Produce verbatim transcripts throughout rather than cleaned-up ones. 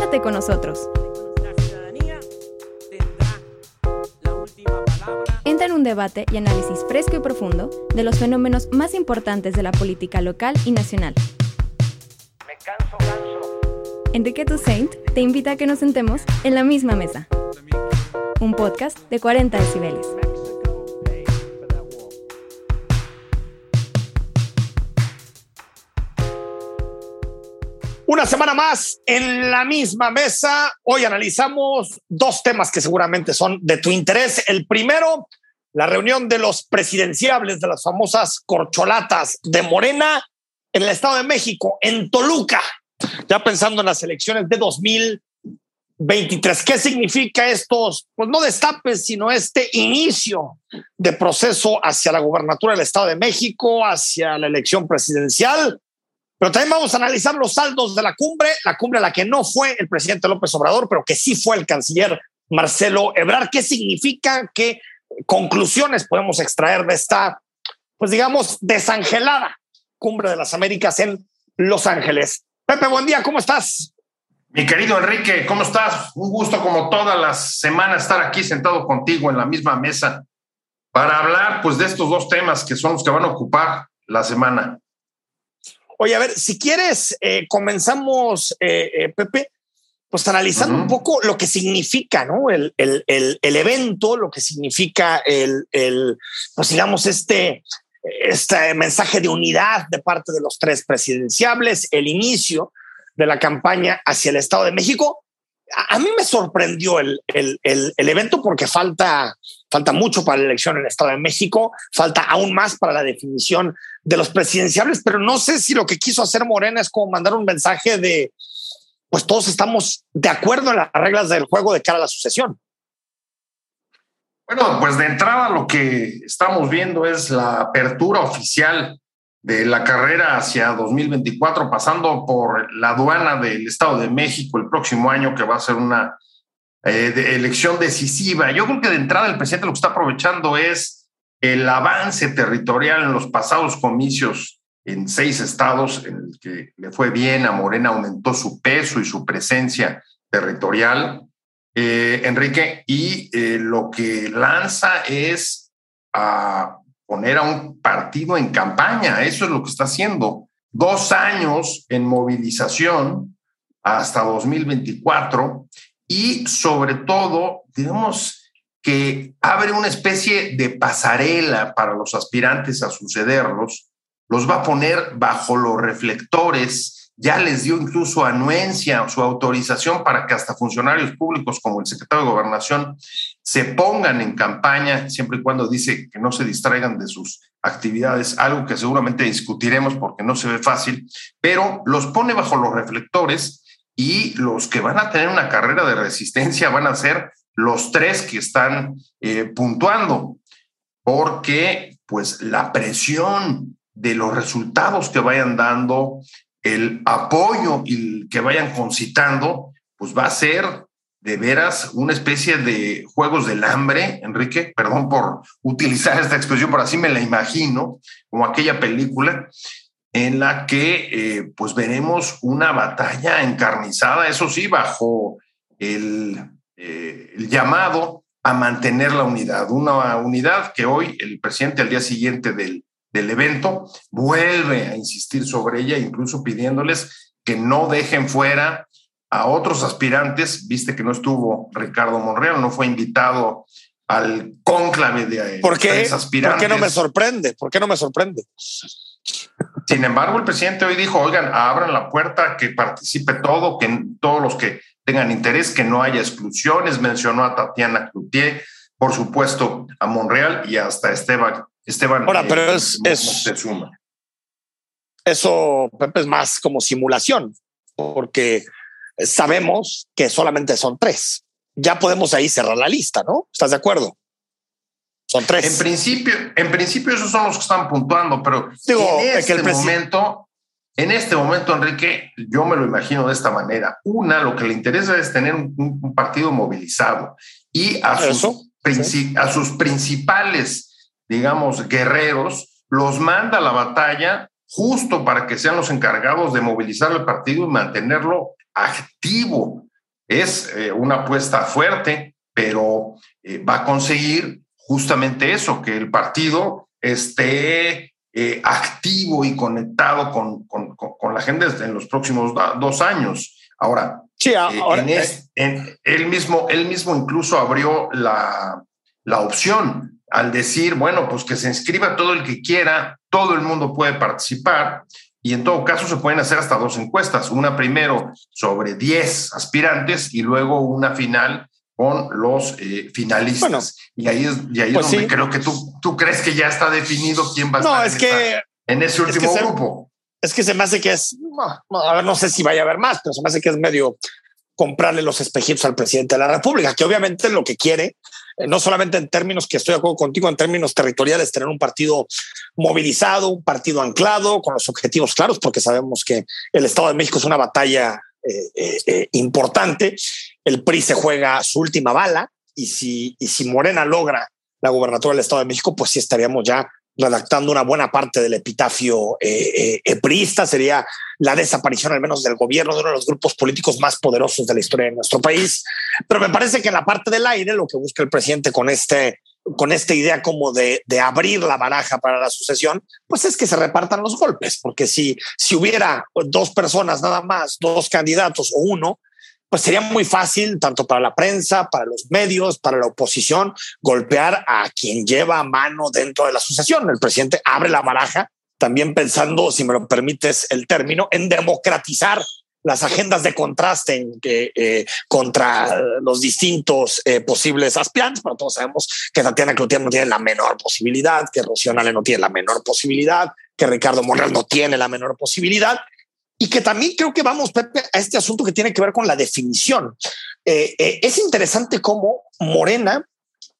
Quédate con nosotros. La ciudadanía tendrá la última palabra. Entra en un debate y análisis fresco y profundo de los fenómenos más importantes de la política local y nacional. Me canso, canso. Enrique Toussaint te invita a que nos sentemos en la misma mesa. Un podcast de cuarenta decibeles. Una semana más en la misma mesa. Hoy analizamos dos temas que seguramente son de tu interés. El primero, la reunión de los presidenciables de las famosas corcholatas de Morena en el Estado de México, en Toluca, ya pensando en las elecciones de dos mil veintitrés. ¿Qué significa estos, pues no destapes, sino este inicio de proceso hacia la gubernatura del Estado de México, hacia la elección presidencial? Pero también vamos a analizar los saldos de la cumbre, la cumbre a la que no fue el presidente López Obrador, pero que sí fue el canciller Marcelo Ebrard. ¿Qué significa? ¿Qué conclusiones podemos extraer de esta, pues digamos, desangelada cumbre de las Américas en Los Ángeles? Pepe, buen día, ¿cómo estás? Mi querido Enrique, ¿cómo estás? Un gusto como todas las semanas estar aquí sentado contigo en la misma mesa para hablar pues de estos dos temas que son los que van a ocupar la semana. Oye, a ver, si quieres, eh, comenzamos, eh, eh, Pepe, pues analizando uh-huh. un poco lo que significa, ¿no? El, el, el, el evento, lo que significa el, el pues digamos, este, este mensaje de unidad de parte de los tres presidenciables, el inicio de la campaña hacia el Estado de México. A, a mí me sorprendió el, el, el, el evento porque falta, falta mucho para la elección en el Estado de México, falta aún más para la definición de los presidenciables, pero no sé si lo que quiso hacer Morena es como mandar un mensaje de, pues todos estamos de acuerdo en las reglas del juego de cara a la sucesión. Bueno, pues de entrada lo que estamos viendo es la apertura oficial de la carrera hacia dos mil veinticuatro, pasando por la aduana del Estado de México el próximo año, que va a ser una eh, de elección decisiva. Yo creo que de entrada el presidente lo que está aprovechando es el avance territorial en los pasados comicios en seis estados en el que le fue bien a Morena, aumentó su peso y su presencia territorial, eh, Enrique, y eh, lo que lanza es a poner a un partido en campaña. Eso es lo que está haciendo. Dos años en movilización hasta dos mil veinticuatro y sobre todo, digamos, que abre una especie de pasarela para los aspirantes a sucederlos, los va a poner bajo los reflectores, ya les dio incluso anuencia o su autorización para que hasta funcionarios públicos como el secretario de Gobernación se pongan en campaña, siempre y cuando dice que no se distraigan de sus actividades, algo que seguramente discutiremos porque no se ve fácil, pero los pone bajo los reflectores y los que van a tener una carrera de resistencia van a ser los tres que están eh, puntuando, porque pues la presión de los resultados que vayan dando, el apoyo y que vayan concitando, pues va a ser de veras una especie de juegos del hambre, Enrique, perdón por utilizar esta expresión, pero así me la imagino, como aquella película en la que eh, pues veremos una batalla encarnizada, eso sí, bajo el... Eh, el llamado a mantener la unidad, una unidad que hoy el presidente al día siguiente del, del evento vuelve a insistir sobre ella, incluso pidiéndoles que no dejen fuera a otros aspirantes. Viste que no estuvo Ricardo Monreal, no fue invitado al cónclave de ¿Por qué? tres aspirantes. ¿Por qué no me sorprende? ¿Por qué no me sorprende? Sin embargo, el presidente hoy dijo, oigan, abran la puerta, que participe todo, que todos los que tengan interés, que no haya exclusiones. Mencionó a Tatiana Cloutier, por supuesto a Monreal y hasta Esteban. Esteban Ahora, eh, pero es, es eso, Pepe, es más como simulación, porque sabemos que solamente son tres. Ya podemos ahí cerrar la lista, ¿no? ¿Estás de acuerdo? Son tres. En principio, en principio esos son los que están puntuando, pero Digo, en este que el presi- momento... En este momento, Enrique, yo me lo imagino de esta manera. Una, lo que le interesa es tener un, un partido movilizado y a sus, princi- sí. a sus principales, digamos, guerreros, los manda a la batalla justo para que sean los encargados de movilizar el partido y mantenerlo activo. es eh, una apuesta fuerte, pero eh, va a conseguir justamente eso, que el partido esté eh, activo y conectado con, con, con la gente en los próximos dos años. Ahora, sí, ahora eh, en es, en, él, mismo, él mismo incluso abrió la, la opción al decir, bueno, pues que se inscriba todo el que quiera, todo el mundo puede participar, y en todo caso se pueden hacer hasta dos encuestas, una primero sobre diez aspirantes y luego una final con los eh, finalistas. Bueno, y ahí es, y ahí pues es donde sí. creo que tú, tú crees que ya está definido quién va a no, estar es en, que, esta, en ese último es que grupo. Se, es que se me hace que es, no, a ver, no sé si vaya a haber más, pero se me hace que es medio comprarle los espejitos al presidente de la República, que obviamente lo que quiere, eh, no solamente en términos que estoy de acuerdo contigo, en términos territoriales, tener un partido movilizado, un partido anclado, con los objetivos claros, porque sabemos que el Estado de México es una batalla eh, eh, eh, importante. El P R I se juega su última bala, y si, y si Morena logra la gubernatura del Estado de México, pues sí estaríamos ya redactando una buena parte del epitafio eh, eh, priista. Sería la desaparición al menos del gobierno de uno de los grupos políticos más poderosos de la historia de nuestro país. Pero me parece que en la parte del aire lo que busca el presidente con este con esta idea como de, de abrir la baraja para la sucesión, pues es que se repartan los golpes, porque si, si hubiera dos personas nada más, dos candidatos o uno, pues sería muy fácil, tanto para la prensa, para los medios, para la oposición, golpear a quien lleva mano dentro de la sucesión. El presidente abre la baraja, también pensando, si me lo permites el término, en democratizar las agendas de contraste en que, eh, contra los distintos eh, posibles aspirantes, pero todos sabemos que Tatiana Cloutier no tiene la menor posibilidad, que Rocío Nale no tiene la menor posibilidad, que Ricardo Monreal no tiene la menor posibilidad, y que también creo que vamos, Pepe, a este asunto que tiene que ver con la definición. Eh, eh, es interesante cómo Morena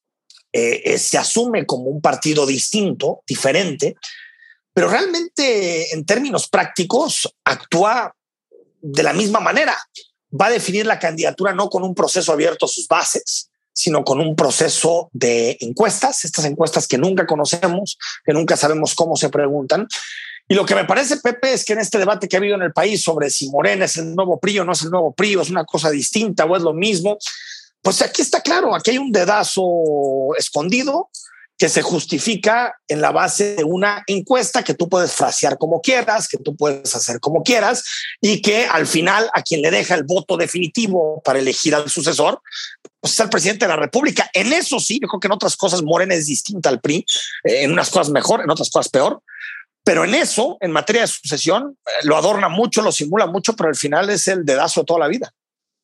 eh, eh, se asume como un partido distinto, diferente, pero realmente en términos prácticos actúa de la misma manera. Va a definir la candidatura no con un proceso abierto a sus bases, sino con un proceso de encuestas, estas encuestas que nunca conocemos, que nunca sabemos cómo se preguntan. Y lo que me parece, Pepe, es que en este debate que ha habido en el país sobre si Morena es el nuevo P R I o no es el nuevo P R I, o es una cosa distinta o es lo mismo, pues aquí está claro, aquí hay un dedazo escondido que se justifica en la base de una encuesta que tú puedes frasear como quieras, que tú puedes hacer como quieras, y que al final a quien le deja el voto definitivo para elegir al sucesor, pues es el presidente de la República. En eso sí, yo creo que en otras cosas Morena es distinta al P R I, eh, en unas cosas mejor, en otras cosas peor, pero en eso, en materia de sucesión, eh, lo adorna mucho, lo simula mucho, pero al final es el dedazo de toda la vida.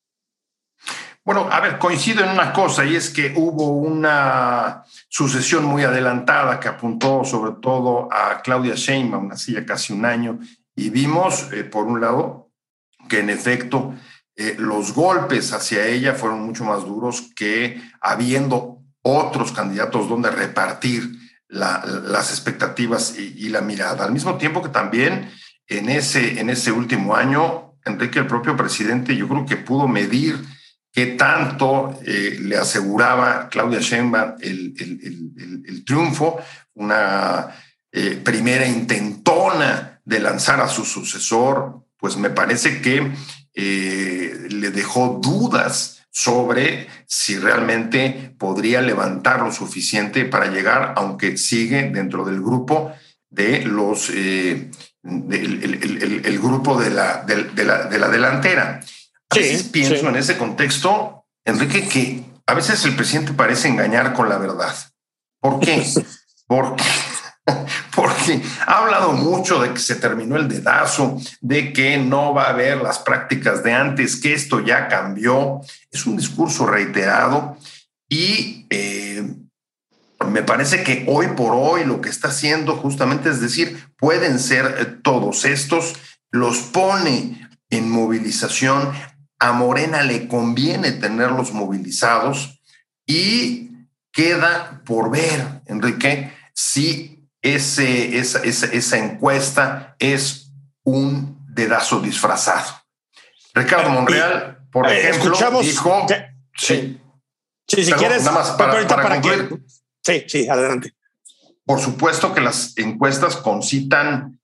Bueno, a ver, coincido en una cosa, y es que hubo una sucesión muy adelantada que apuntó sobre todo a Claudia Sheinbaum hace ya casi un año, y vimos, eh, por un lado, que en efecto eh, los golpes hacia ella fueron mucho más duros que habiendo otros candidatos donde repartir la, las expectativas y, y la mirada. Al mismo tiempo que también en ese, en ese último año, Enrique, el propio presidente, yo creo que pudo medir qué tanto eh, le aseguraba Claudia Sheinbaum el, el, el, el triunfo, una eh, primera intentona de lanzar a su sucesor, pues me parece que eh, le dejó dudas sobre si realmente podría levantar lo suficiente para llegar, aunque sigue dentro del grupo de los eh, de, el, el, el, el grupo de la, de, de la, de la delantera. A veces sí, pienso sí. en ese contexto, Enrique, que a veces el presidente parece engañar con la verdad. ¿Por qué? Porque, porque ha hablado mucho de que se terminó el dedazo, de que no va a haber las prácticas de antes, que esto ya cambió. Es un discurso reiterado y eh, me parece que hoy por hoy lo que está haciendo justamente es decir, pueden ser todos estos, los pone en movilización. A Morena le conviene tenerlos movilizados y queda por ver, Enrique, si ese, esa, esa, esa encuesta es un dedazo disfrazado. Ricardo Monreal, por eh, ejemplo, escuchamos dijo... Que, sí, sí, si Perdón, quieres... Nada más para, para, para concluir. Que, sí, sí, adelante. Por supuesto que las encuestas concitan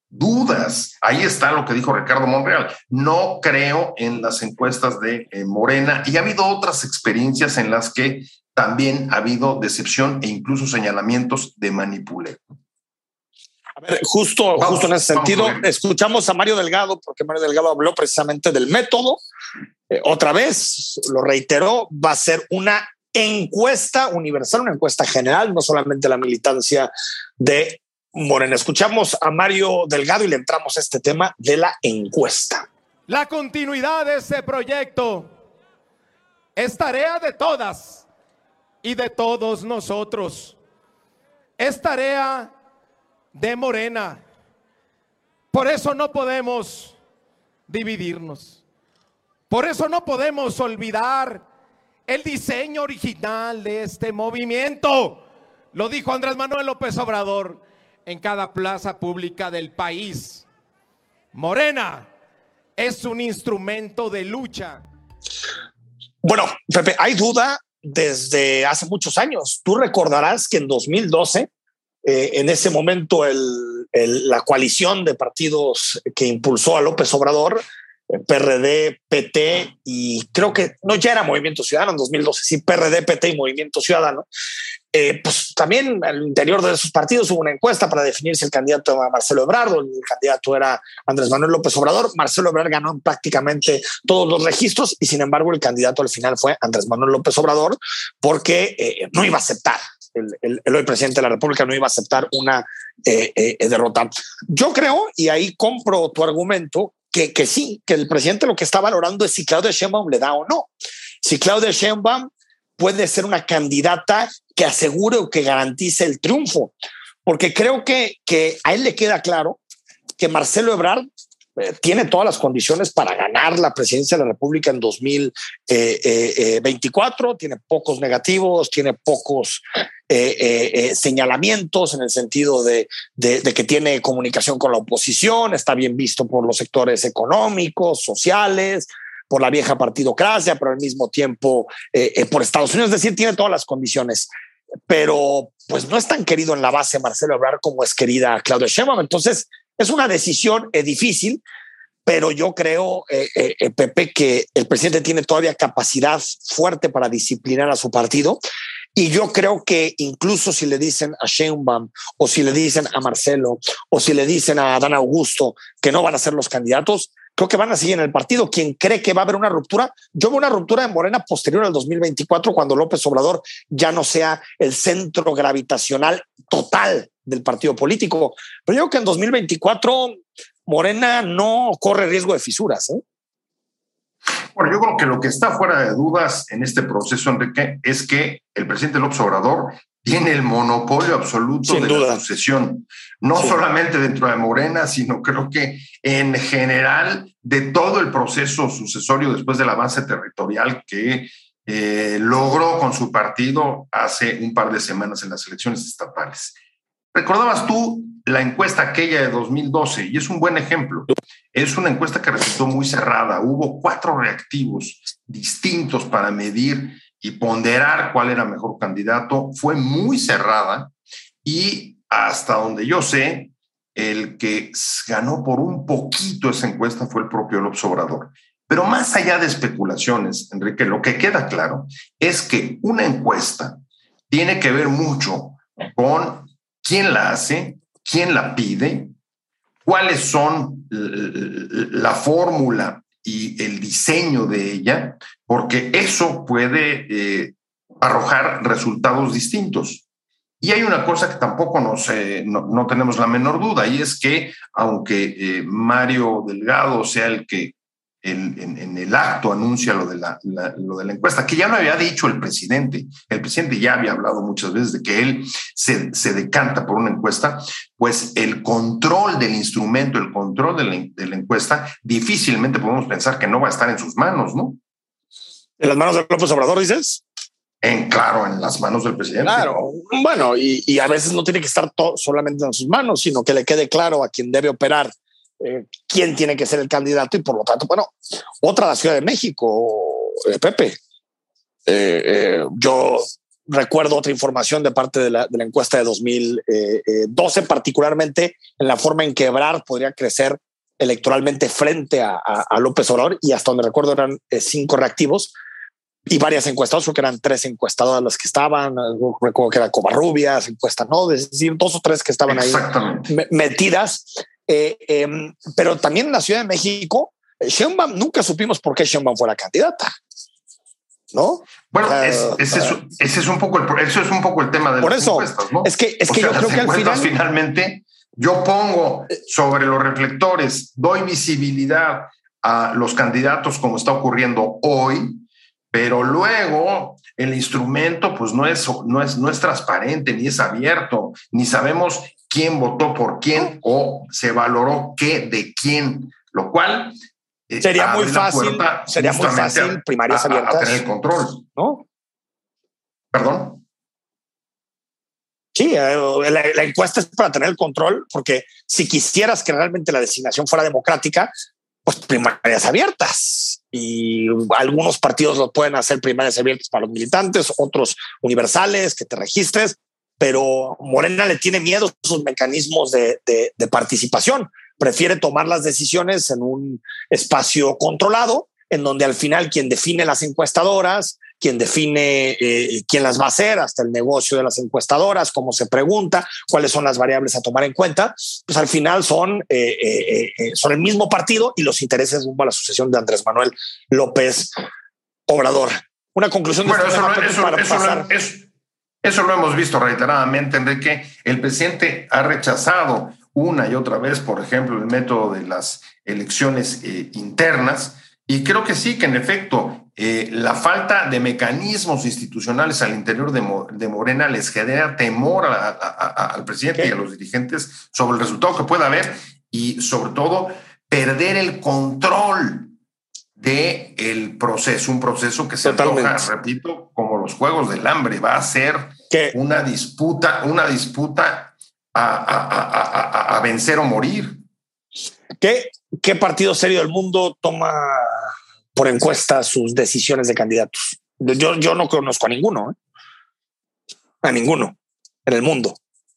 dudas. Ahí está lo que dijo Ricardo Monreal. No creo en las encuestas de eh, Morena, y ha habido otras experiencias en las que también ha habido decepción e incluso señalamientos de manipuleo. A ver, justo, vamos, justo en ese sentido, escuchamos a Mario Delgado, porque Mario Delgado habló precisamente del método. Eh, otra vez, lo reiteró, va a ser una encuesta universal, una encuesta general, no solamente la militancia de Morena. Escuchamos a Mario Delgado y le entramos a este tema de la encuesta. La continuidad de ese proyecto es tarea de todas y de todos nosotros. Es tarea de Morena. Por eso no podemos dividirnos. Por eso no podemos olvidar el diseño original de este movimiento. Lo dijo Andrés Manuel López Obrador en cada plaza pública del país. Morena es un instrumento de lucha. Bueno, Pepe, hay duda desde hace muchos años. Tú recordarás que en dos mil doce, eh, en ese momento, el, el, la coalición de partidos que impulsó a López Obrador, P R D, P T y creo que no ya era Movimiento Ciudadano en dos mil doce, sí, P R D, P T y Movimiento Ciudadano. Eh, pues también al interior de esos partidos hubo una encuesta para definir si el candidato era Marcelo Ebrard o el candidato era Andrés Manuel López Obrador. Marcelo Ebrard ganó en prácticamente todos los registros y sin embargo el candidato al final fue Andrés Manuel López Obrador porque eh, no iba a aceptar. El, el, el hoy presidente de la República no iba a aceptar una eh, eh, derrota. Yo creo, y ahí compro tu argumento, que, que sí, que el presidente lo que está valorando es si Claudia Sheinbaum le da o no. Si Claudia Sheinbaum puede ser una candidata que asegure o que garantice el triunfo, porque creo que, que a él le queda claro que Marcelo Ebrard eh, tiene todas las condiciones para ganar la presidencia de la República en dos mil veinticuatro, tiene pocos negativos, tiene pocos eh, eh, eh, señalamientos en el sentido de, de, de que tiene comunicación con la oposición, está bien visto por los sectores económicos, sociales, por la vieja partidocracia, pero al mismo tiempo eh, eh, por Estados Unidos, es decir, tiene todas las condiciones, pero pues no es tan querido en la base Marcelo Ebrard como es querida Claudia Sheinbaum. Entonces es una decisión eh, difícil, pero yo creo, eh, eh, Pepe, que el presidente tiene todavía capacidad fuerte para disciplinar a su partido. Y yo creo que incluso si le dicen a Sheinbaum o si le dicen a Marcelo o si le dicen a Adán Augusto que no van a ser los candidatos, creo que van a seguir en el partido. Quien cree que va a haber una ruptura, yo veo una ruptura en Morena posterior al dos mil veinticuatro, cuando López Obrador ya no sea el centro gravitacional total del partido político. Pero yo creo que en dos mil veinticuatro Morena no corre riesgo de fisuras, ¿eh? Bueno, yo creo que lo que está fuera de dudas en este proceso, Enrique, es que el presidente López Obrador tiene el monopolio absoluto Sin de duda. la sucesión, no sí. solamente dentro de Morena, sino creo que en general de todo el proceso sucesorio después del avance territorial que eh, logró con su partido hace un par de semanas en las elecciones estatales. Recordabas tú la encuesta aquella de dos mil doce y es un buen ejemplo. Es una encuesta que resultó muy cerrada. Hubo cuatro reactivos distintos para medir y ponderar cuál era mejor candidato. Fue muy cerrada y hasta donde yo sé, el que ganó por un poquito esa encuesta fue el propio López Obrador. Pero más allá de especulaciones, Enrique, lo que queda claro es que una encuesta tiene que ver mucho con quién la hace, quién la pide, cuáles son la fórmula y el diseño de ella, porque eso puede eh, arrojar resultados distintos. Y hay una cosa que tampoco nos, eh, no, no tenemos la menor duda, y es que aunque eh, Mario Delgado sea el que el, en, en el acto anuncia lo de la, la, lo de la encuesta, que ya lo había dicho el presidente, el presidente ya había hablado muchas veces de que él se, se decanta por una encuesta, pues el control del instrumento, el control de la, de la encuesta, difícilmente podemos pensar que no va a estar en sus manos, ¿no? ¿En las manos de López Obrador, dices? En, claro, en las manos del presidente. Claro, bueno, y, y a veces no tiene que estar todo solamente en sus manos, sino que le quede claro a quien debe operar eh, quién tiene que ser el candidato y por lo tanto, bueno, otra la Ciudad de México, eh, Pepe. Eh, eh, yo recuerdo otra información de parte de la, de la encuesta de dos mil doce, particularmente en la forma en que Ebrard podría crecer electoralmente frente a, a, a López Obrador, y hasta donde recuerdo eran eh, cinco reactivos y varias encuestadoras, creo que eran tres encuestadoras las que estaban, recuerdo que era Covarrubias, encuesta, ¿no? Es decir, dos o tres que estaban ahí me, metidas. Eh, eh, pero también en la Ciudad de México, Sheinbaum, nunca supimos por qué Sheinbaum fue la candidata, ¿no? Bueno, uh, es, ese, es, ese es un poco el, eso es un poco el tema de por las eso, encuestas, ¿no? Es que, es o que sea, yo creo que al final finalmente yo pongo sobre los reflectores, doy visibilidad a los candidatos como está ocurriendo hoy, pero luego el instrumento pues no es, no es, no es transparente, ni es abierto, ni sabemos quién votó por quién o se valoró qué de quién, lo cual sería muy fácil, sería muy fácil primarias a, abiertas. A tener el control, ¿no? Perdón. Sí, la, la encuesta es para tener el control, porque si quisieras que realmente la designación fuera democrática, pues primarias abiertas, y algunos partidos lo pueden hacer primarias abiertas para los militantes, otros universales, que te registres, pero Morena le tiene miedo a sus mecanismos de, de, de participación, prefiere tomar las decisiones en un espacio controlado, en donde al final quien define las encuestadoras, quien define eh, quién las va a hacer, hasta el negocio de las encuestadoras, cómo se pregunta, cuáles son las variables a tomar en cuenta, pues al final son, eh, eh, eh, son el mismo partido y los intereses rumbo a la sucesión de Andrés Manuel López Obrador. Una conclusión de bueno, este eso, tema, lo, eso, para eso, pasar. Lo, eso, eso lo hemos visto reiteradamente, Enrique. El presidente ha rechazado una y otra vez, por ejemplo, el método de las elecciones eh, internas, y creo que sí, que en efecto eh, la falta de mecanismos institucionales al interior de, Mo, de Morena les genera temor a, a, a, al presidente, ¿qué?, y a los dirigentes sobre el resultado que pueda haber, y sobre todo perder el control del proceso, un proceso que se Totalmente. antoja, repito, como los Juegos del Hambre, va a ser ¿Qué? una disputa, una disputa a, a, a, a, a vencer o morir. ¿Qué, ¿Qué partido serio del mundo toma por encuesta sus decisiones de candidatos? Yo, yo no conozco a ninguno, ¿eh? A ninguno en el mundo.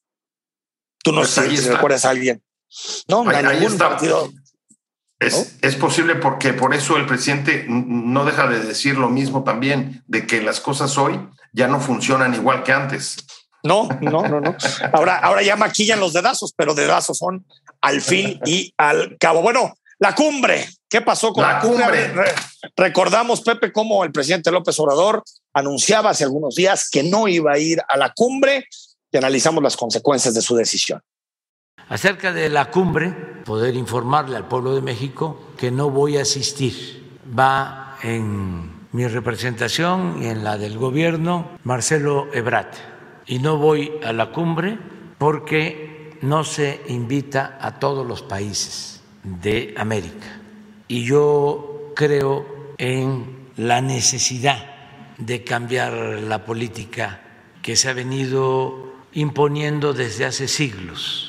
Tú no pues sé si recuerdas a alguien. No, ahí, a ningún está. partido. Es, ¿no? Es posible, porque por eso el presidente no deja de decir lo mismo también, de que las cosas hoy ya no funcionan igual que antes. No, no, no, no. Ahora, ahora ya maquillan los dedazos, pero dedazos son al fin y al cabo. Bueno, la cumbre. ¿Qué pasó con la, la cumbre? cumbre? Recordamos, Pepe, cómo el presidente López Obrador anunciaba hace algunos días que no iba a ir a la cumbre, y analizamos las consecuencias de su decisión. Acerca de la cumbre, poder informarle al pueblo de México que no voy a asistir. Va en mi representación y en la del gobierno Marcelo Ebrard. Y no voy a la cumbre porque no se invita a todos los países de América. Y yo creo en la necesidad de cambiar la política que se ha venido imponiendo desde hace siglos.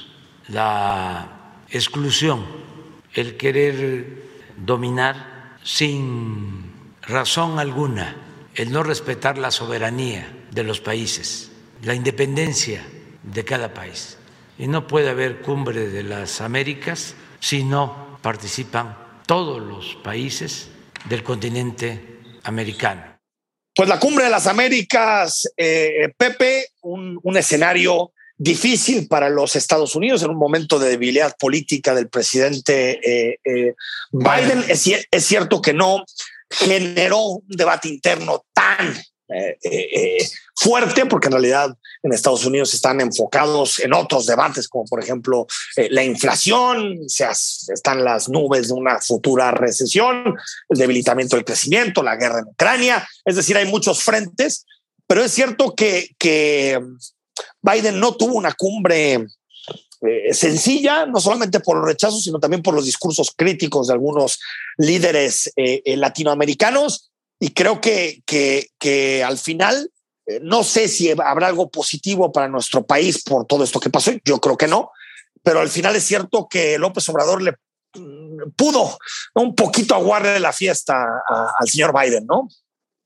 La exclusión, el querer dominar sin razón alguna, el no respetar la soberanía de los países, la independencia de cada país. Y no puede haber cumbre de las Américas si no participan todos los países del continente americano. Pues la cumbre de las Américas, eh, Pepe, un, un escenario difícil para los Estados Unidos en un momento de debilidad política del presidente eh, eh, Biden. Es, es cierto que no generó un debate interno tan eh, eh, fuerte, porque en realidad en Estados Unidos están enfocados en otros debates, como por ejemplo eh, la inflación, se has, están las nubes de una futura recesión, el debilitamiento del crecimiento, la guerra en Ucrania. Es decir, hay muchos frentes, pero es cierto que, que Biden no tuvo una cumbre eh, sencilla, no solamente por los rechazos, sino también por los discursos críticos de algunos líderes eh, eh, latinoamericanos. Y creo que, que, que al final, eh, no sé si habrá algo positivo para nuestro país por todo esto que pasó. Yo creo que no, pero al final es cierto que López Obrador le pudo, ¿no?, un poquito aguarle de la fiesta a, al señor Biden, ¿no?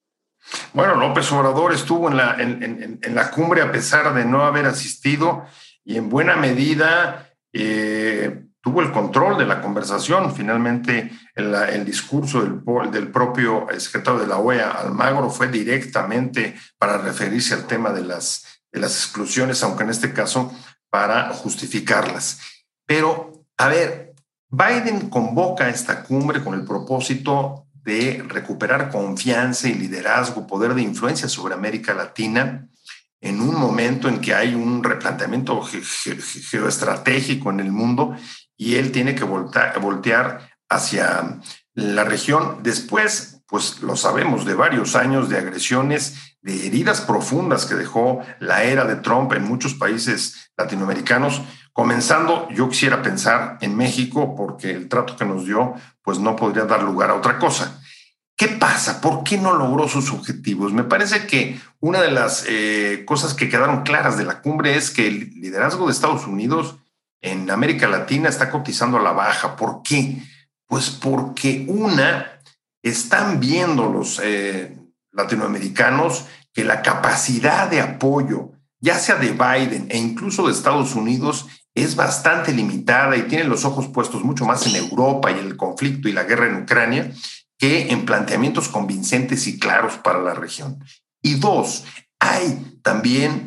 Bueno, López Obrador estuvo en la, en, en, en la cumbre a pesar de no haber asistido y en buena medida eh, tuvo el control de la conversación. Finalmente, el, el discurso del, del propio secretario de la O E A, Almagro, fue directamente para referirse al tema de las, de las exclusiones, aunque en este caso para justificarlas. Pero, a ver, Biden convoca esta cumbre con el propósito de recuperar confianza y liderazgo, poder de influencia sobre América Latina, en un momento en que hay un replanteamiento ge- ge- geoestratégico en el mundo y él tiene que volta- voltear hacia la región. Después, pues lo sabemos, de varios años de agresiones, de heridas profundas que dejó la era de Trump en muchos países latinoamericanos, comenzando, yo quisiera pensar en México, porque el trato que nos dio, pues no podría dar lugar a otra cosa. ¿Qué pasa? ¿Por qué no logró sus objetivos? Me parece que una de las eh, cosas que quedaron claras de la cumbre es que el liderazgo de Estados Unidos en América Latina está cotizando a la baja. ¿Por qué? Pues porque una, están viendo los eh, latinoamericanos que la capacidad de apoyo, ya sea de Biden e incluso de Estados Unidos, es bastante limitada y tienen los ojos puestos mucho más en Europa y en el conflicto y la guerra en Ucrania que en planteamientos convincentes y claros para la región. Y dos, hay también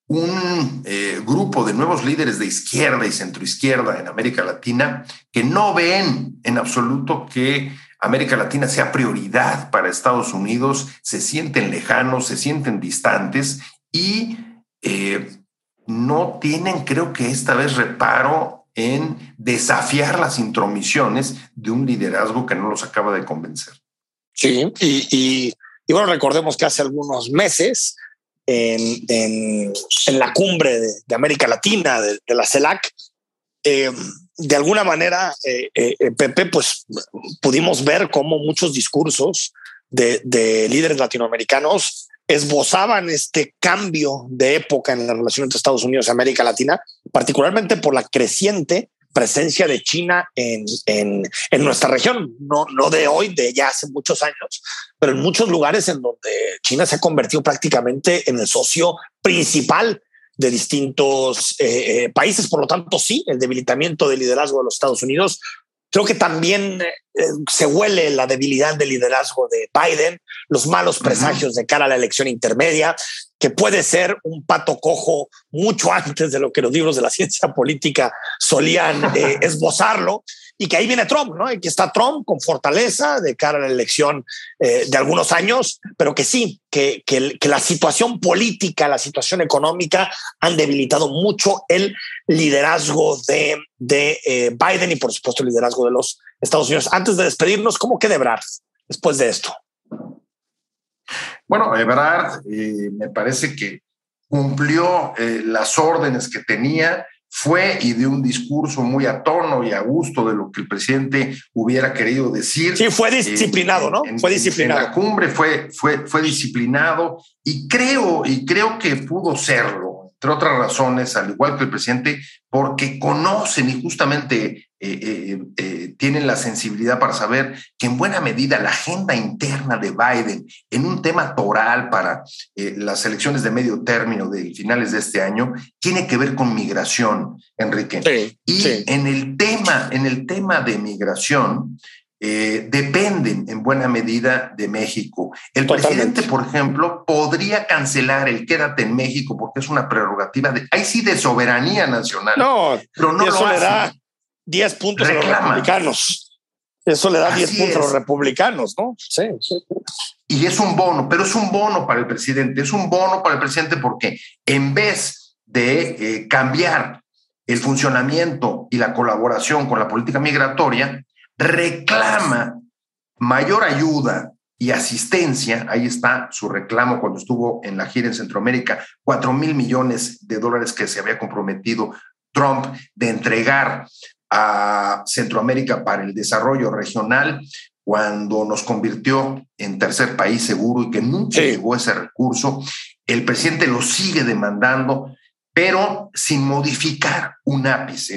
un eh, grupo de nuevos líderes de izquierda y centroizquierda en América Latina que no ven en absoluto que América Latina sea prioridad para Estados Unidos, se sienten lejanos, se sienten distantes y eh, no tienen, creo que esta vez, reparo en desafiar las intromisiones de un liderazgo que no los acaba de convencer. Sí, y, y, y bueno, recordemos que hace algunos meses en, en, en la cumbre de, de América Latina, de, de la CELAC, eh, de alguna manera, eh, eh, Pepe, pues pudimos ver cómo muchos discursos de, de líderes latinoamericanos esbozaban este cambio de época en la relación entre Estados Unidos y América Latina, particularmente por la creciente presencia de China en, en, en nuestra región, no, no de hoy, de ya hace muchos años, pero en muchos lugares en donde China se ha convertido prácticamente en el socio principal de distintos eh, eh, países. Por lo tanto, sí, el debilitamiento del liderazgo de los Estados Unidos. Creo que también eh, se huele la debilidad del liderazgo de Biden, los malos presagios de cara a la elección intermedia, que puede ser un pato cojo mucho antes de lo que los libros de la ciencia política solían eh, esbozarlo, y que ahí viene Trump, ¿no? Y que está Trump con fortaleza de cara a la elección eh, de algunos años, pero que sí, que, que, que la situación política, la situación económica han debilitado mucho el liderazgo de, de eh, Biden y por supuesto el liderazgo de los Estados Unidos. Antes de despedirnos, ¿cómo queda Ebrard después de esto? Bueno, Ebrard eh, me parece que cumplió eh, las órdenes que tenía, fue y dio un discurso muy a tono y a gusto de lo que el presidente hubiera querido decir. Sí, fue disciplinado, eh, ¿no? En, fue disciplinado. En la cumbre fue, fue, fue disciplinado y creo, y creo que pudo serlo, entre otras razones, al igual que el presidente, porque conocen y justamente eh, eh, eh, tienen la sensibilidad para saber que en buena medida la agenda interna de Biden en un tema toral para eh, las elecciones de medio término de finales de este año tiene que ver con migración, Enrique. Sí, y sí. en el tema, en el tema de migración, Eh, dependen en buena medida de México. El Totalmente. presidente, por ejemplo, podría cancelar el quédate en México porque es una prerrogativa de, ahí sí, de soberanía nacional. No, pero no eso lo le hace. da diez puntos Reclama. a los republicanos. Eso le da Así diez puntos a los es. republicanos, ¿no? Sí, sí. Y es un bono, pero es un bono para el presidente, es un bono para el presidente porque en vez de eh, cambiar el funcionamiento y la colaboración con la política migratoria, reclama mayor ayuda y asistencia. Ahí está su reclamo cuando estuvo en la gira en Centroamérica, cuatro mil millones de dólares que se había comprometido Trump de entregar a Centroamérica para el desarrollo regional, cuando nos convirtió en tercer país seguro y que nunca Sí. llegó ese recurso. El presidente lo sigue demandando, pero sin modificar un ápice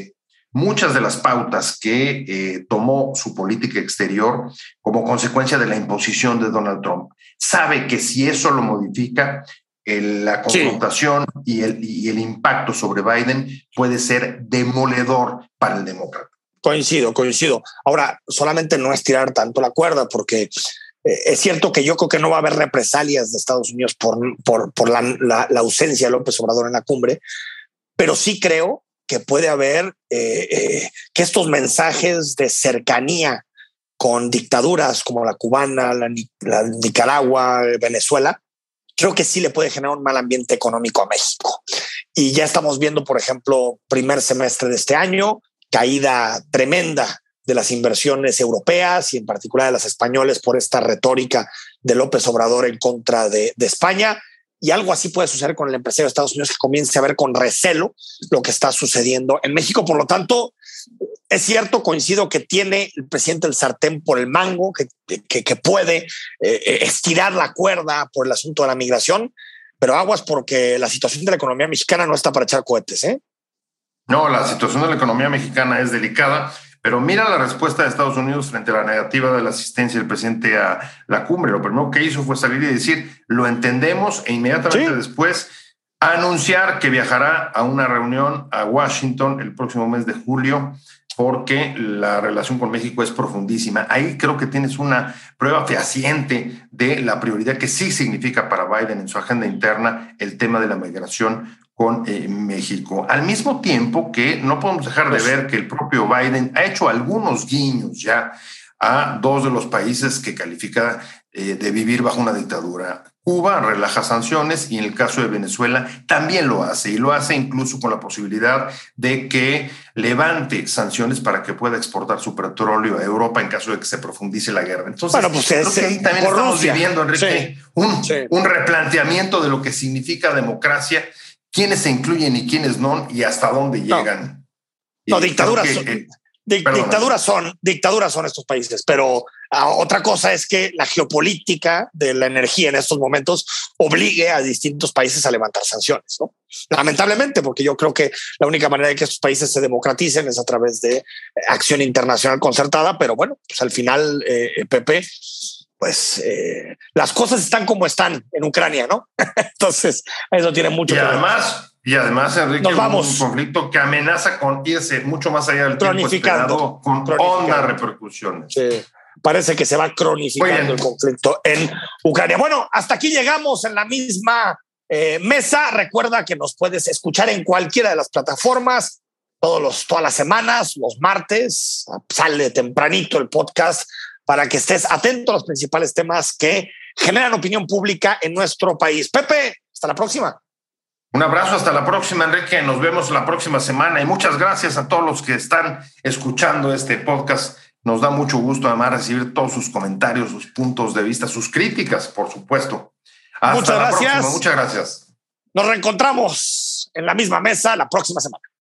muchas de las pautas que eh, tomó su política exterior como consecuencia de la imposición de Donald Trump. Sabe que si eso lo modifica, el, la confrontación sí. y, el, y el impacto sobre Biden puede ser demoledor para el demócrata. Coincido, coincido. Ahora, solamente no es tirar tanto la cuerda, porque eh, es cierto que yo creo que no va a haber represalias de Estados Unidos por, por, por la, la, la ausencia de López Obrador en la cumbre, pero sí creo que puede haber eh, eh, que estos mensajes de cercanía con dictaduras como la cubana, la, la Nicaragua, Venezuela, creo que sí le puede generar un mal ambiente económico a México. Y ya estamos viendo, por ejemplo, primer semestre de este año, caída tremenda de las inversiones europeas y en particular de las españoles por esta retórica de López Obrador en contra de, de España. Y algo así puede suceder con el empresario de Estados Unidos, que comience a ver con recelo lo que está sucediendo en México. Por lo tanto, es cierto, coincido que tiene el presidente el sartén por el mango, que, que, que puede eh, estirar la cuerda por el asunto de la migración, pero aguas porque la situación de la economía mexicana no está para echar cohetes, ¿eh? No, la situación de la economía mexicana es delicada, pero mira la respuesta de Estados Unidos frente a la negativa de la asistencia del presidente a la cumbre. Lo primero que hizo fue salir y decir, lo entendemos, e inmediatamente ¿Sí? después anunciar que viajará a una reunión a Washington el próximo mes de julio, porque la relación con México es profundísima. Ahí creo que tienes una prueba fehaciente de la prioridad que sí significa para Biden en su agenda interna el tema de la migración con eh, México. Al mismo tiempo que no podemos dejar de ver que el propio Biden ha hecho algunos guiños ya a dos de los países que califica eh, de vivir bajo una dictadura. Cuba relaja sanciones y en el caso de Venezuela también lo hace, y lo hace incluso con la posibilidad de que levante sanciones para que pueda exportar su petróleo a Europa en caso de que se profundice la guerra. Entonces, bueno, pues creo es, que ahí también estamos Rusia. viviendo, Enrique, sí, un, sí. un replanteamiento de lo que significa democracia, quiénes se incluyen y quiénes no, y hasta dónde llegan. No, y dictaduras, que, son, eh, di, dictaduras, son, dictaduras son estos países, pero uh, otra cosa es que la geopolítica de la energía en estos momentos obligue a distintos países a levantar sanciones, ¿no? Lamentablemente, porque yo creo que la única manera de que estos países se democraticen es a través de acción internacional concertada, pero bueno, pues al final, eh, Pepe, pues eh, las cosas están como están en Ucrania, ¿no? Entonces, eso tiene mucho y que además, ver. Y además, Enrique, Nos vamos. un conflicto que amenaza con irse mucho más allá del tiempo esperado, con hondas repercusiones. Sí. Parece que se va cronificando el conflicto en Ucrania. Bueno, hasta aquí llegamos en la misma eh, mesa. Recuerda que nos puedes escuchar en cualquiera de las plataformas todos los, todas las semanas, los martes. Sale tempranito el podcast para que estés atento a los principales temas que generan opinión pública en nuestro país. Pepe, hasta la próxima. Un abrazo, hasta la próxima, Enrique. Nos vemos la próxima semana y muchas gracias a todos los que están escuchando este podcast. Nos da mucho gusto además recibir todos sus comentarios, sus puntos de vista, sus críticas, por supuesto. Hasta muchas la gracias. próxima. Muchas gracias. Nos reencontramos en la misma mesa la próxima semana.